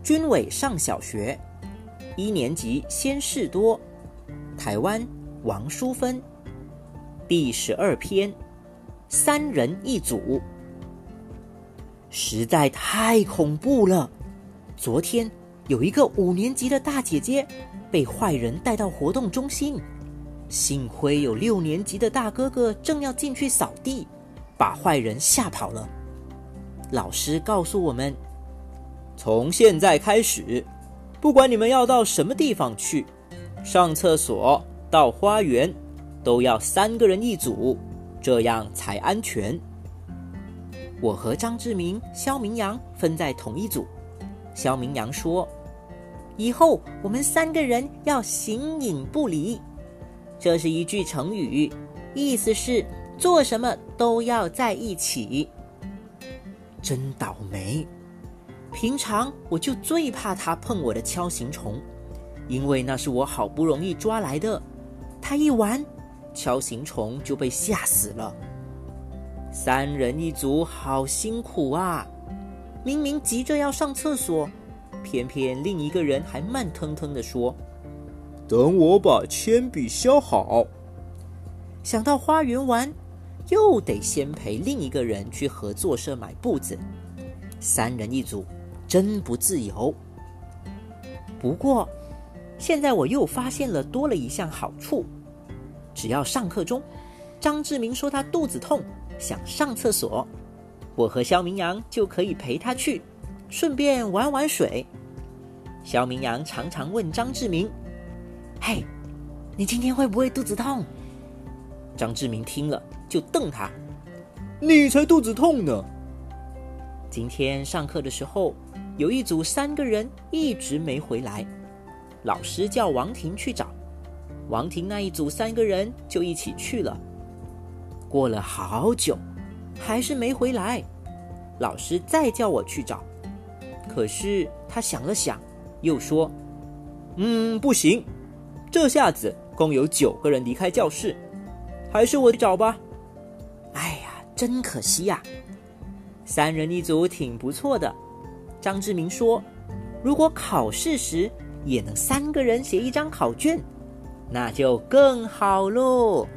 军委上小学1年级先事多，台湾王淑芬。第12篇，3人一组。实在太恐怖了！昨天有一个5年级的大姐姐被坏人带到活动中心，幸亏有6年级的大哥哥正要进去扫地，把坏人吓跑了。老师告诉我们，从现在开始，不管你们要到什么地方去，上厕所、到花园，都要3个人一组，这样才安全。我和张志明、肖明阳分在同一组。肖明阳说，以后我们3个人要形影不离。这是一句成语，意思是做什么都要在一起。真倒霉！平常我就最怕他碰我的锹形虫，因为那是我好不容易抓来的，他一玩，锹形虫就被吓死了。3人一组好辛苦啊！明明急着要上厕所，偏偏另一个人还慢腾腾地说，等我把铅笔削好。想到花园玩，又得先陪另一个人去合作社买布子。3人一组真不自由。不过现在我又发现了多了一项好处，只要上课中张志明说他肚子痛想上厕所，我和肖明阳就可以陪他去，顺便玩玩水。肖明阳常常问张志明，嘿，你今天会不会肚子痛？张志明听了就瞪他，你才肚子痛呢。今天上课的时候，有一组3个人一直没回来，老师叫王婷去找，王婷那一组3个人就一起去了。过了好久，还是没回来，老师再叫我去找，可是他想了想，又说，不行，这下子共有9个人离开教室，还是我去找吧。哎呀，真可惜呀！3人一组挺不错的。张志明说，如果考试时也能3个人写一张考卷，那就更好喽。